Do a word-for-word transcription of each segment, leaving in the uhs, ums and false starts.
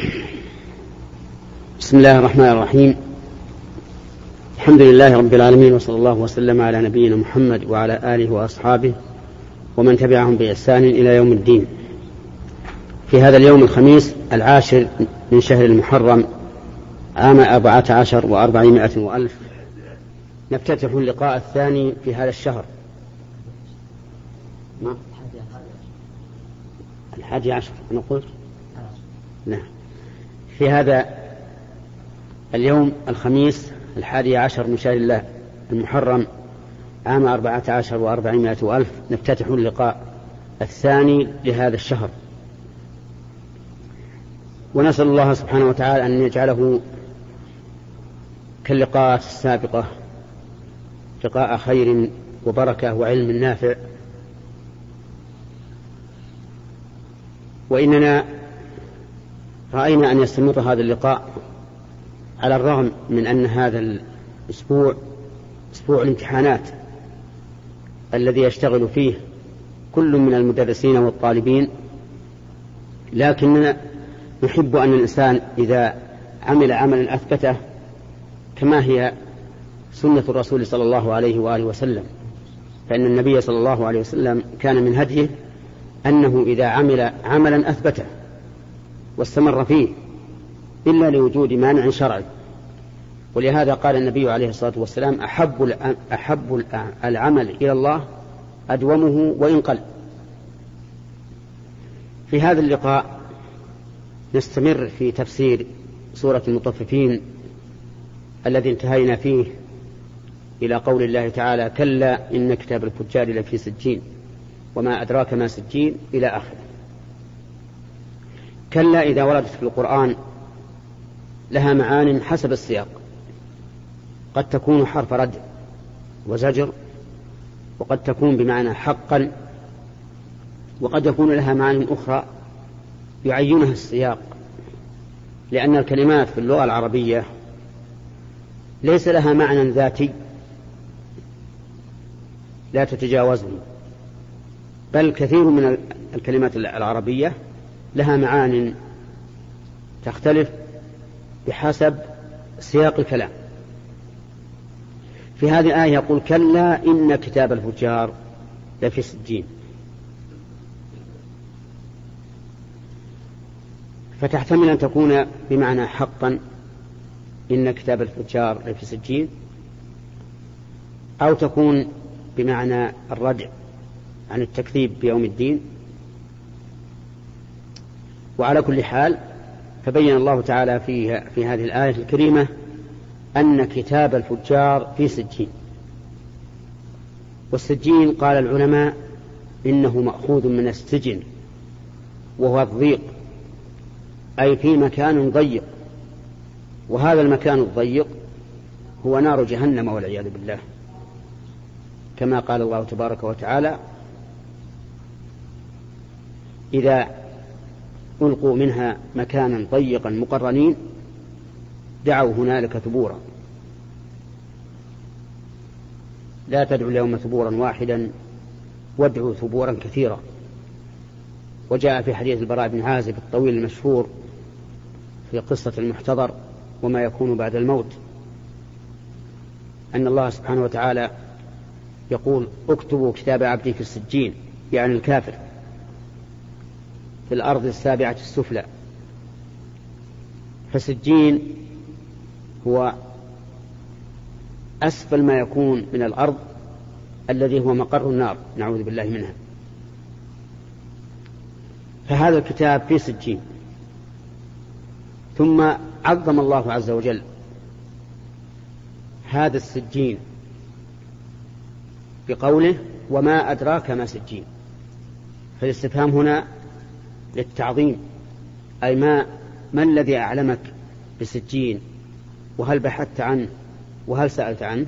بسم الله الرحمن الرحيم. الحمد لله رب العالمين، وصلى الله وسلم على نبينا محمد وعلى آله وأصحابه ومن تبعهم بإحسان إلى يوم الدين. في هذا اليوم الخميس العاشر من شهر المحرم عام أربعة عشر وأربعمائة وألف نفتتح اللقاء الثاني في هذا الشهر. ما؟ الحادي عشر أنا قلت؟ نعم. في هذا اليوم الخميس الحادي عشر من شهر الله المحرم عام أربعة عشر وأربعمائة وألف نفتتح اللقاء الثاني لهذا الشهر، ونسأل الله سبحانه وتعالى أن يجعله كاللقاءات السابقة لقاء خير وبركة وعلم نافع. وإننا رأينا أن يستمر هذا اللقاء على الرغم من أن هذا الأسبوع أسبوع الامتحانات الذي يشتغل فيه كل من المدرسين والطالبين، لكننا نحب أن الإنسان إذا عمل عملا أثبته كما هي سنة الرسول صلى الله عليه وآله وسلم، فإن النبي صلى الله عليه وسلم كان من هديه أنه إذا عمل عملا أثبته واستمر فيه إلا لوجود مانع شرعي. ولهذا قال النبي عليه الصلاة والسلام: أحب أحب العمل إلى الله أدومه وإن قل. في هذا اللقاء نستمر في تفسير سورة المطففين الذي انتهينا فيه إلى قول الله تعالى: كلا إن كتاب الفجار لفي سجين وما أدراك ما سجين إلى آخره. كلا إذا وردت في القرآن لها معان حسب السياق، قد تكون حرف رد وزجر، وقد تكون بمعنى حقا، وقد يكون لها معان أخرى يعينها السياق، لأن الكلمات في اللغة العربية ليس لها معنى ذاتي لا تتجاوزه، بل كثير من الكلمات العربية لها معان تختلف بحسب سياق الكلام. في هذه الآية يقول: كلا إن كتاب الفجار لفي سجين، فتحتمل أن تكون بمعنى حقا إن كتاب الفجار لفي سجين، أو تكون بمعنى الردع عن التكذيب بيوم الدين. وعلى كل حال فبين الله تعالى في, في هذه الآية الكريمة أن كتاب الفجار في سجين. والسجين قال العلماء إنه مأخوذ من السجن، وهو الضيق، أي في مكان ضيق، وهذا المكان الضيق هو نار جهنم والعياذ بالله، كما قال الله تبارك وتعالى: إذا ألقوا منها مكانا ضيقا مقرنين دعوا هنالك ثبورا. لا تدعوا اليوم ثبورا واحدا وادعوا ثبورا كثيرا. وجاء في حديث البراء بن عازب الطويل المشهور في قصة المحتضر وما يكون بعد الموت أن الله سبحانه وتعالى يقول: اكتبوا كتاب عبدي في السجين، يعني الكافر، في الأرض السابعة السفلى. فالسجين هو أسفل ما يكون من الأرض الذي هو مقر النار، نعوذ بالله منها. فهذا الكتاب في سجين. ثم عظم الله عز وجل هذا السجين بقوله: وما أدراك ما سجين. فالاستفهام هنا للتعظيم، أي ما ما الذي أعلمك بسجين، وهل بحثت عنه، وهل سألت عنه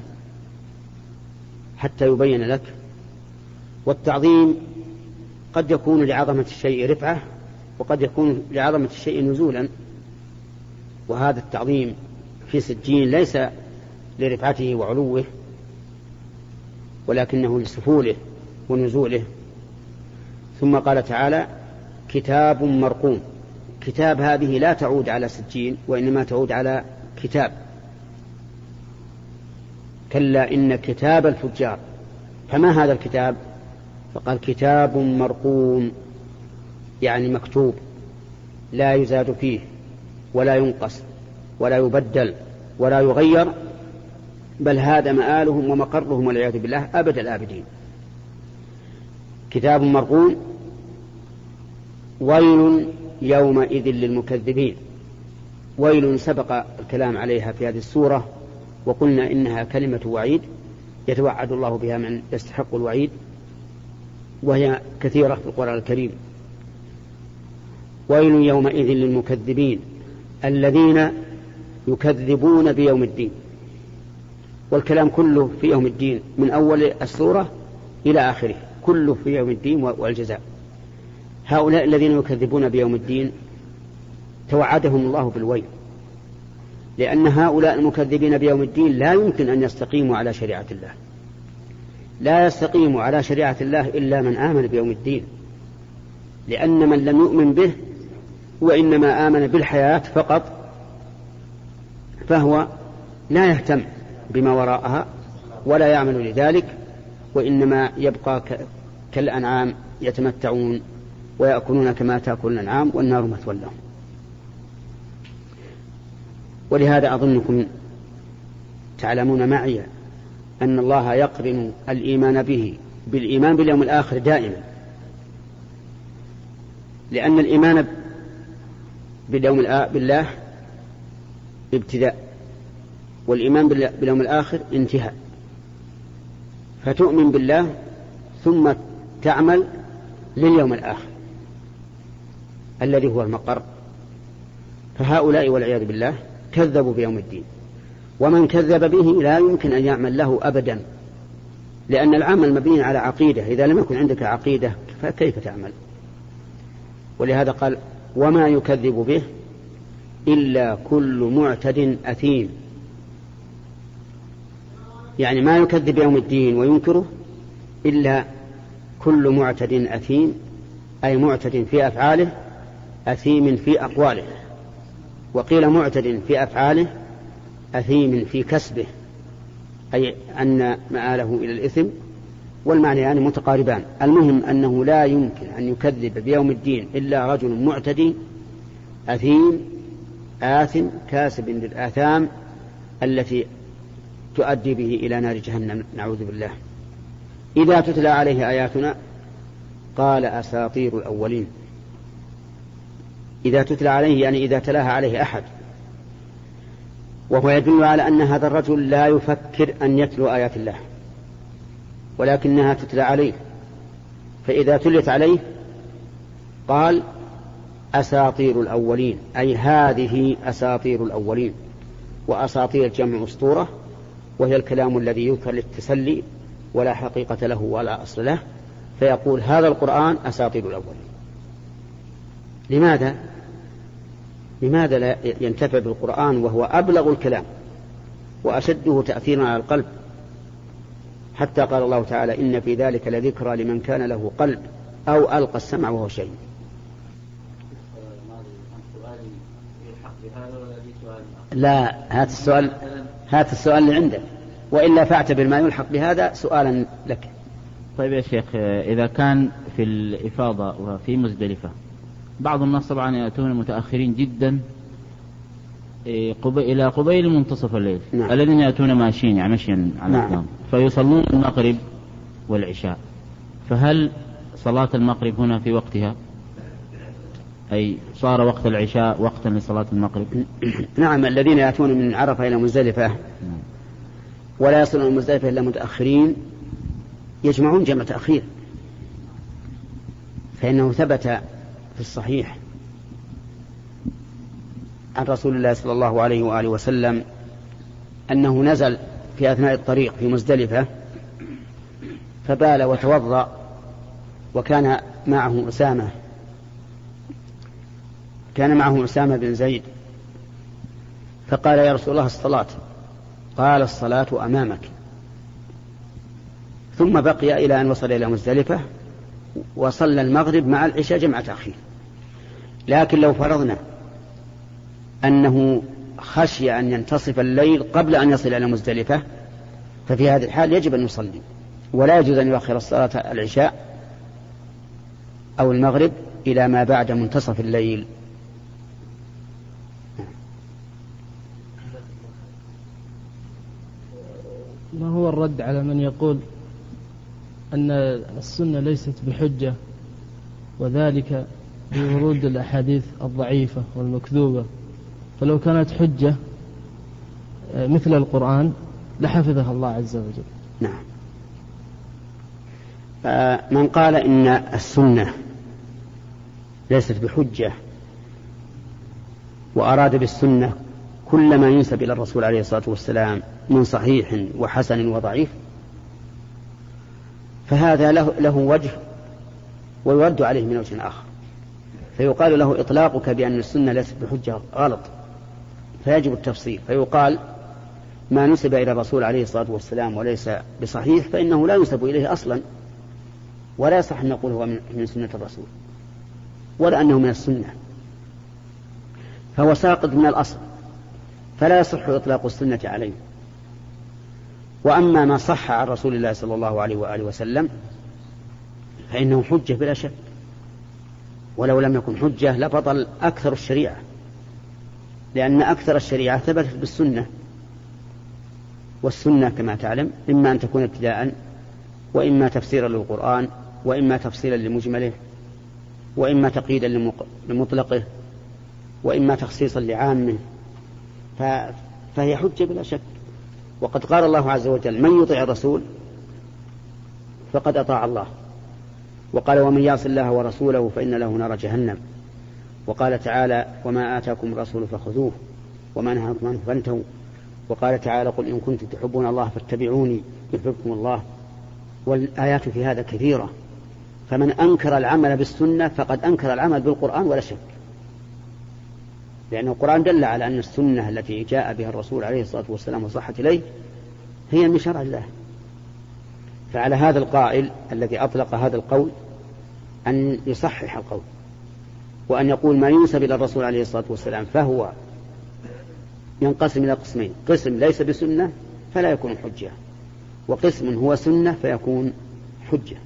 حتى يبين لك. والتعظيم قد يكون لعظمة الشيء رفعة، وقد يكون لعظمة الشيء نزولا، وهذا التعظيم في سجين ليس لرفعته وعلوه، ولكنه لسفوله ونزوله. ثم قال تعالى: كتاب مرقوم. كتاب هذه لا تعود على سجين وإنما تعود على كتاب. كلا إن كتاب الفجار. فما هذا الكتاب؟ فقال كتاب مرقوم، يعني مكتوب لا يزاد فيه ولا ينقص ولا يبدل ولا يغير، بل هذا مآلهم ومقرهم والعياذ بالله أبد الآبدين. كتاب مرقوم. ويل يومئذ للمكذبين. ويل سبق الكلام عليها في هذه السورة، وقلنا إنها كلمة وعيد يتوعد الله بها من يستحق الوعيد، وهي كثيرة في القرآن الكريم. ويل يومئذ للمكذبين الذين يكذبون بيوم الدين. والكلام كله في يوم الدين من أول السورة إلى آخره، كله في يوم الدين والجزاء. هؤلاء الذين يكذبون بيوم الدين توعدهم الله بالويل، لأن هؤلاء المكذبين بيوم الدين لا يمكن أن يستقيموا على شريعة الله. لا يستقيم على شريعة الله إلا من آمن بيوم الدين، لأن من لم يؤمن به وإنما آمن بالحياة فقط فهو لا يهتم بما وراءها ولا يعمل لذلك، وإنما يبقى كالأنعام يتمتعون ويأكلون كما تأكل الأنعام والنار مثوى لهم. ولهذا أظنكم تعلمون معي أن الله يقرن الإيمان به بالإيمان باليوم الآخر دائما، لأن الإيمان باليوم بالله ابتداء، والإيمان باليوم الآخر انتهاء. فتؤمن بالله ثم تعمل لليوم الآخر الذي هو المقر. فهؤلاء والعياذ بالله كذبوا بيوم الدين، ومن كذب به لا يمكن أن يعمل له أبدا، لأن العمل مبني على عقيدة، إذا لم يكن عندك عقيدة فكيف تعمل؟ ولهذا قال وما يكذب به إلا كل معتد أثيم. يعني ما يكذب يوم الدين وينكره إلا كل معتد أثيم، أي معتد في أفعاله أثيم في أقواله. وقيل معتد في أفعاله أثيم في كسبه، أي أن مآله إلى الإثم، والمعنى يعني متقاربان. المهم أنه لا يمكن أن يكذب بيوم الدين إلا رجل معتدي أثيم آثم كاسب للآثام التي تؤدي به إلى نار جهنم، نعوذ بالله. إذا تتلى عليه آياتنا قال أساطير الأولين. إذا تتلى عليه يعني إذا تلاها عليه أحد، وهو يدل على أن هذا الرجل لا يفكر أن يتلو آيات الله، ولكنها تتلى عليه. فإذا تلت عليه قال أساطير الأولين، أي هذه أساطير الأولين. وأساطير جمع أسطورة، وهي الكلام الذي يذكر للتسلي ولا حقيقة له ولا أصل له، فيقول هذا القرآن أساطير الأولين. لماذا؟ لماذا لا ينتفع بالقرآن وهو أبلغ الكلام وأشده تأثيرا على القلب؟ حتى قال الله تعالى إن في ذلك لذكرى لمن كان له قلب أو ألقى السمع وهو شهيد. لا، هات السؤال هات السؤال اللي عندك، وإلا فاعتبر ما يلحق بهذا سؤالا لك. طيب يا شيخ، إذا كان في الإفاضة وفي مزدلفة بعض الناس طبعا يأتون متأخرين جدا إلى قبيل منتصف الليل، نعم. الذين يأتون ماشيين يعني مشيا على نعم. الإسلام، فيصلون المغرب والعشاء، فهل صلاة المغرب هنا في وقتها، أي صار وقت العشاء وقتا لصلاة المغرب؟ نعم. الذين يأتون من عرفة إلى مزدلفة نعم. ولا يصلون المزدلفة إلا متأخرين يجمعون جمع تأخير، فإنه ثبت في الصحيح عن رسول الله صلى الله عليه وآله وسلم أنه نزل في أثناء الطريق في مزدلفة فبال وتوضأ، وكان معه أسامة كان معه أسامة بن زيد، فقال يا رسول الله الصلاة، قال الصلاة أمامك. ثم بقي إلى أن وصل إلى مزدلفة وصلى المغرب مع العشاء جمع تأخير. لكن لو فرضنا أنه خشي أن ينتصف الليل قبل أن يصل إلى مزدلفة ففي هذه الحال يجب أن يصلي، ولا يجوز أن يؤخر الصلاة العشاء أو المغرب إلى ما بعد منتصف الليل. ما هو الرد على من يقول أن السنة ليست بحجة، وذلك بورود الأحاديث الضعيفة والمكذوبة، فلو كانت حجة مثل القرآن لحفظها الله عز وجل؟ نعم. من قال إن السنة ليست بحجة وأراد بالسنة كل ما ينسب إلى الرسول عليه الصلاة والسلام من صحيح وحسن وضعيف فهذا له, له وجه ويرد عليه من وجه آخر، فيقال له إطلاقك بأن السنة ليست بحجة غلط، فيجب التفصيل، فيقال ما نسب إلى الرسول عليه الصلاة والسلام وليس بصحيح فإنه لا ينسب إليه أصلا، ولا يصح أن نقول هو من سنة الرسول ولا أنه من السنة، فهو ساقط من الأصل، فلا يصح إطلاق السنة عليه. وأما ما صح عن رسول الله صلى الله عليه وآله وسلم فإنه حجة بلا شك، ولو لم يكن حجة لبطل أكثر الشريعة، لأن أكثر الشريعة ثبتت بالسنة، والسنة كما تعلم إما أن تكون ابتداء وإما تفسيرا للقرآن وإما تفصيلا لمجمله وإما تقييدا لمطلقه وإما تخصيصا لعامه، فهي حجة بلا شك. وقد قال الله عز وجل من يطع الرسول فقد أطاع الله، وقال ومن يعص الله ورسوله فإن له نار جهنم، وقال تعالى وما آتاكم الرسول فخذوه وما نهاكم عنه فانتهوا، وقال تعالى قل إن كنتم تحبون الله فاتبعوني يحببكم الله. والآيات في هذا كثيرة، فمن أنكر العمل بالسنة فقد أنكر العمل بالقرآن ولا شك، لأن القرآن دل على أن السنة التي جاء بها الرسول عليه الصلاة والسلام وصحت إليه هي من شرع الله. فعلى هذا القائل الذي أطلق هذا القول أن يصحح القول، وأن يقول ما ينسب إلى الرسول عليه الصلاة والسلام فهو ينقسم إلى قسمين: قسم ليس بسنة فلا يكون حجة، وقسم هو سنة فيكون حجة.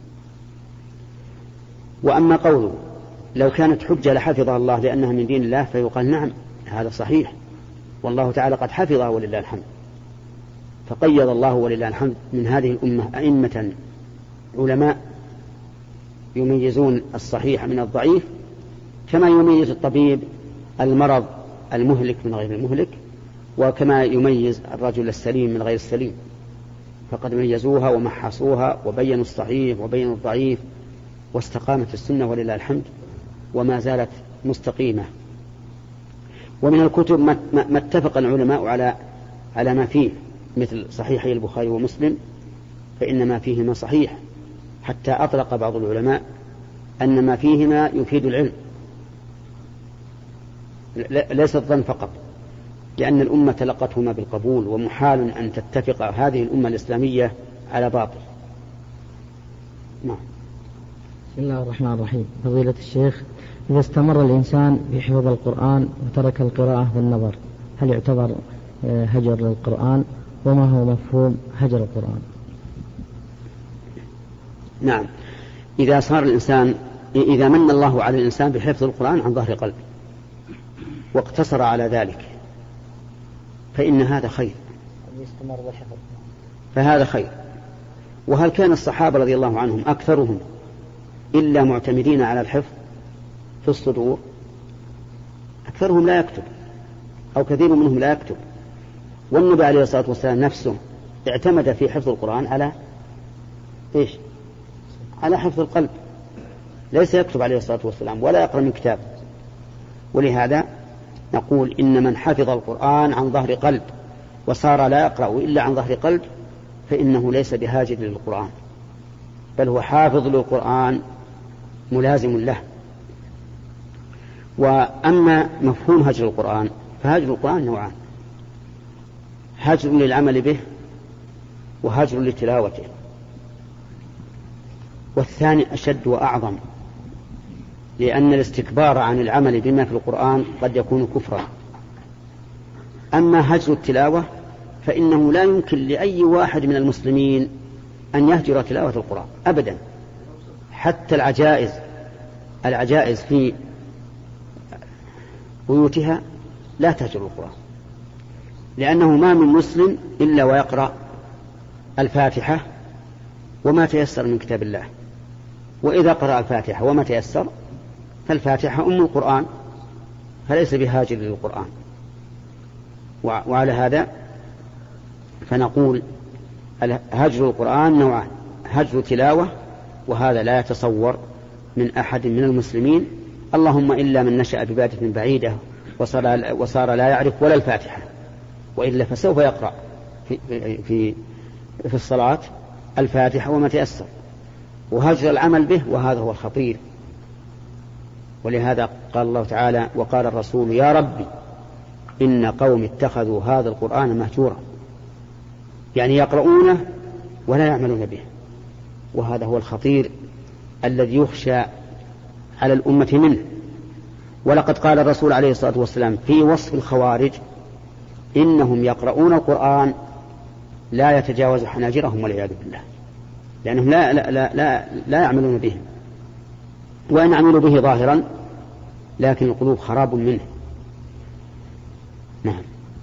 وأما قوله لو كانت حجة لحفظها الله لأنها من دين الله فيقال نعم هذا صحيح، والله تعالى قد حفظها ولله الحمد، فقيض الله ولله الحمد من هذه الأمة أئمة علماء يميزون الصحيح من الضعيف، كما يميز الطبيب المرض المهلك من غير المهلك، وكما يميز الرجل السليم من غير السليم، فقد ميزوها ومحصوها وبينوا الصحيح وبينوا الضعيف، واستقامت السنة ولله الحمد وما زالت مستقيمة. ومن الكتب ما اتفق العلماء على على ما فيه مثل صحيحي البخاري ومسلم فإن ما فيهما صحيح، حتى أطلق بعض العلماء أن ما فيهما يفيد العلم ليس الظن فقط، لأن الأمة تلقتهما بالقبول، ومحال أن تتفق هذه الأمة الإسلامية على باطل. نعم. بسم الله الرحمن الرحيم. فضيلة الشيخ، إذا استمر الإنسان في حفظ القرآن وترك القراءة والنظر هل يعتبر هجر للقرآن؟ وما هو مفهوم هجر القرآن؟ نعم، إذا صار الإنسان إذا من الله على الإنسان بحفظ القرآن عن ظهر قلب واقتصر على ذلك فإن هذا خير، فهذا خير. وهل كان الصحابة رضي الله عنهم أكثرهم إلا معتمدين على الحفظ في الصدور؟ أكثرهم لا يكتب أو كثير منهم لا يكتب، والنبي عليه الصلاة والسلام نفسه اعتمد في حفظ القرآن على إيش؟ على حفظ القلب، ليس يكتب عليه الصلاة والسلام ولا يقرأ من كتاب. ولهذا نقول إن من حفظ القرآن عن ظهر قلب وصار لا يقرأ إلا عن ظهر قلب فإنه ليس بهاجر للقرآن، بل هو حافظ للقرآن ملازم له. وأما مفهوم هجر القرآن فهجر القرآن نوعان: هجر للعمل به وهجر لتلاوته، والثاني أشد وأعظم، لأن الاستكبار عن العمل بما في القرآن قد يكون كفرا. أما هجر التلاوة فإنه لا يمكن لأي واحد من المسلمين أن يهجر تلاوة القرآن أبدا. حتى العجائز العجائز في بيوتها لا تهجر القرآن، لأنه ما من مسلم إلا ويقرأ الفاتحة وما تيسر من كتاب الله، وإذا قرأ الفاتحة وما تيسر فالفاتحة أم القرآن، فليس بهاجر للقرآن. وعلى هذا فنقول هجر القرآن نوعان: هجر تلاوة، وهذا لا يتصور من أحد من المسلمين، اللهم إلا من نشأ ببادية بعيدة وصار, وصار لا يعرف ولا الفاتحة، وإلا فسوف يقرأ في, في, في الصلاة الفاتحة وما تيسر. وهجر العمل به، وهذا هو الخطير. ولهذا قال الله تعالى: وقال الرسول يا ربي إن قوم اتخذوا هذا القرآن مهجورا، يعني يقرؤونه ولا يعملون به. وهذا هو الخطير الذي يخشى على الأمة منه. ولقد قال الرسول عليه الصلاة والسلام في وصف الخوارج: إنهم يقرؤون القرآن لا يتجاوز حناجرهم والعياذ بالله، لأنهم لا, لا, لا, لا, لا يعملون به، وإن عملوا به ظاهرا لكن القلوب خراب منه. نعم.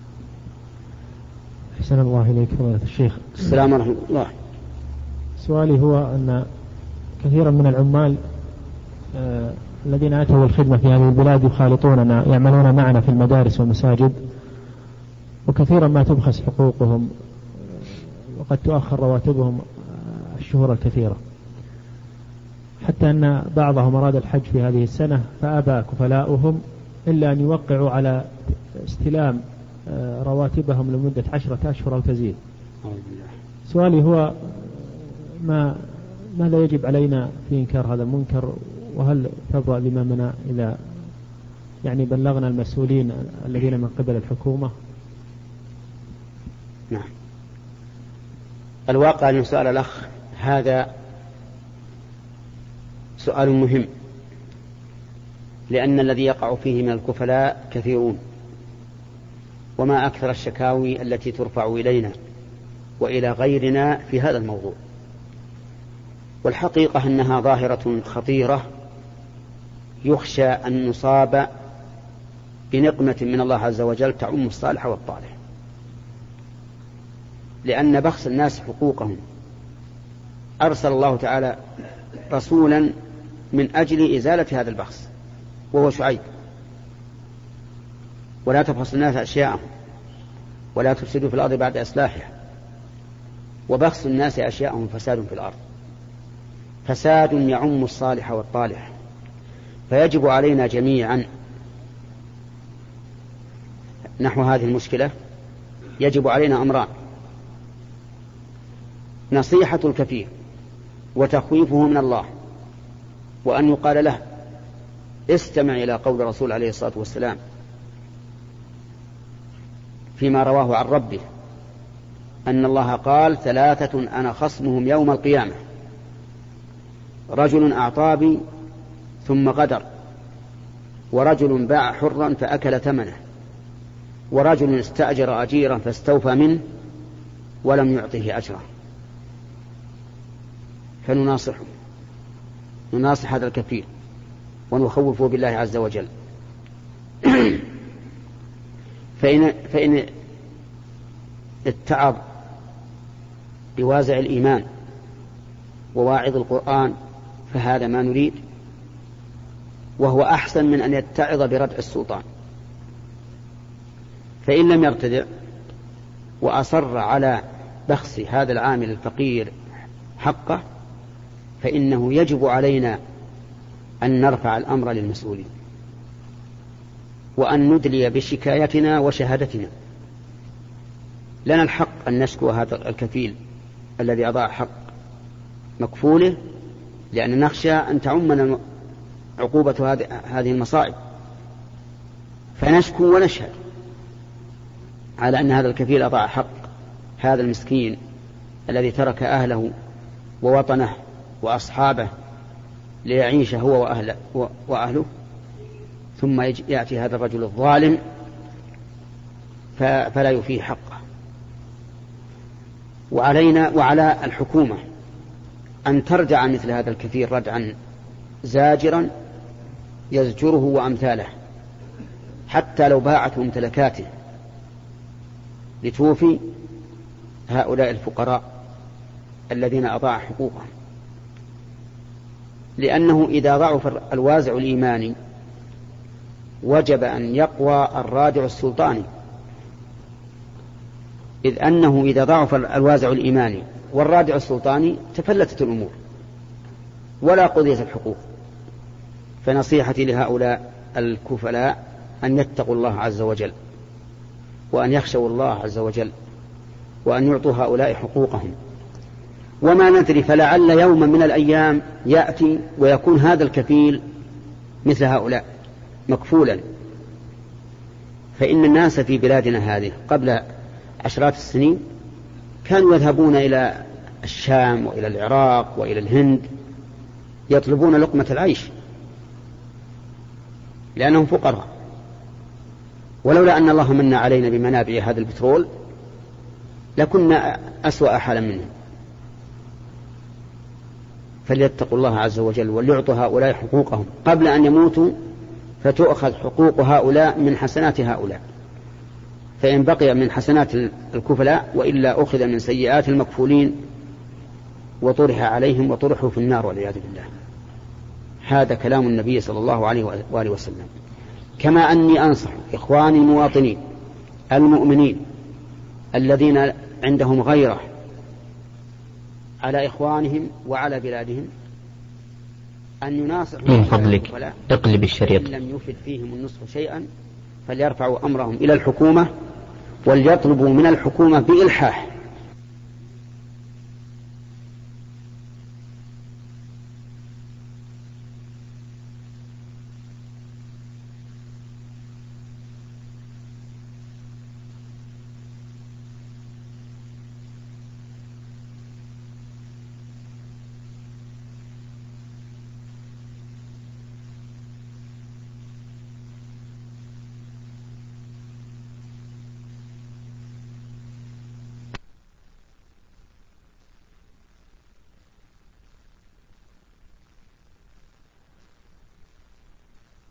أحسن الله إليك فضيلة الشيخ. السلام ورحمة الله. سؤالي هو أن كثيرا من العمال آه الذين أتوا الخدمة في هذه البلاد يخالطوننا، يعملون معنا في المدارس والمساجد، وكثيرا ما تبخس حقوقهم وقد تؤخر رواتبهم الشهور الكثيرة، حتى أن بعضهم أراد الحج في هذه السنة فأبى كفلاؤهم إلا أن يوقعوا على استلام رواتبهم لمدة عشرة أشهر أو تزيد. سؤالي هو ما ماذا يجب علينا في إنكار هذا المنكر؟ وهل تبرأ الإمامنا إذا يعني بلغنا المسؤولين الذين من قبل الحكومة؟ نعم. الواقع أن سؤال الأخ هذا سؤال مهم، لأن الذي يقع فيه من الكفلاء كثيرون، وما أكثر الشكاوي التي ترفع إلينا وإلى غيرنا في هذا الموضوع. والحقيقة أنها ظاهرة خطيرة يخشى أن نصاب بنقمة من الله عز وجل تعم الصالح والطالح، لأن بخس الناس حقوقهم أرسل الله تعالى رسولا من أجل إزالة هذا البخس وهو شعيب: ولا تبخس الناس أشياءهم ولا تفسدوا في الأرض بعد إصلاحها. وبخس الناس أشياءهم فساد في الأرض، فساد يعم الصالح والطالح. فيجب علينا جميعا نحو هذه المشكلة يجب علينا أمران: نصيحة الكفير وتخويفه من الله، وأن يقال له استمع إلى قول الرسول عليه الصلاة والسلام فيما رواه عن ربه أن الله قال: ثلاثة أنا خصمهم يوم القيامة: رجل أعطى بي ثم غدر، ورجل باع حرا فأكل ثمنه، ورجل استأجر أجيرا فاستوفى منه ولم يعطه أجره. فنناصحه، نناصح هذا الكفير ونخوفه بالله عز وجل. فإن, فإن اتعظ بوازع الإيمان وواعظ القرآن فهذا ما نريد، وهو أحسن من أن يتعظ بردع السلطان. فإن لم يرتدع وأصر على بخس هذا العامل الفقير حقه فإنه يجب علينا أن نرفع الأمر للمسؤولين، وأن ندلي بشكايتنا وشهادتنا. لنا الحق أن نشكو هذا الكفيل الذي أضاع حق مكفوله، لأن نخشى أن تعمنا عقوبة هذه المصائب، فنشكو ونشهد على أن هذا الكفيل أضاع حق هذا المسكين الذي ترك أهله ووطنه وأصحابه ليعيش هو وأهله, وأهله ثم يأتي هذا الرجل الظالم فلا يفيه حقه. وعلينا وعلى الحكومة أن ترجع مثل هذا الكثير ردعا زاجرا يزجره وأمثاله، حتى لو باعت ممتلكاته لتوفي هؤلاء الفقراء الذين أضاع حقوقهم. لأنه إذا ضعف الوازع الإيماني وجب أن يقوى الرادع السلطاني، إذ أنه إذا ضعف الوازع الإيماني والرادع السلطاني تفلتت الأمور ولا قضيت الحقوق. فنصيحتي لهؤلاء الكفلاء أن يتقوا الله عز وجل، وأن يخشوا الله عز وجل، وأن يعطوا هؤلاء حقوقهم. وما ندري، فلعل يوما من الأيام يأتي ويكون هذا الكفيل مثل هؤلاء مكفولا. فإن الناس في بلادنا هذه قبل عشرات السنين كانوا يذهبون إلى الشام وإلى العراق وإلى الهند يطلبون لقمة العيش لأنهم فقراء، ولولا أن الله من علينا بمنابع هذا البترول لكنا أسوأ حالا منهم. فليتقوا الله عز وجل وليعطوا هؤلاء حقوقهم قبل أن يموتوا، فتؤخذ حقوق هؤلاء من حسنات هؤلاء، فإن بقي من حسنات الكفلاء وإلا أخذ من سيئات المكفولين وطرح عليهم وطرحوا في النار والعياذ بالله. هذا كلام النبي صلى الله عليه وآله وسلم. كما أني أنصح إخواني المواطنين المؤمنين الذين عندهم غيرة على إخوانهم وعلى بلادهم أن يناصحوا من فضلك اقلب الشريط. إن لم يفد فيهم النصح شيئا فليرفعوا أمرهم إلى الحكومة وليطلبوا من الحكومة بإلحاح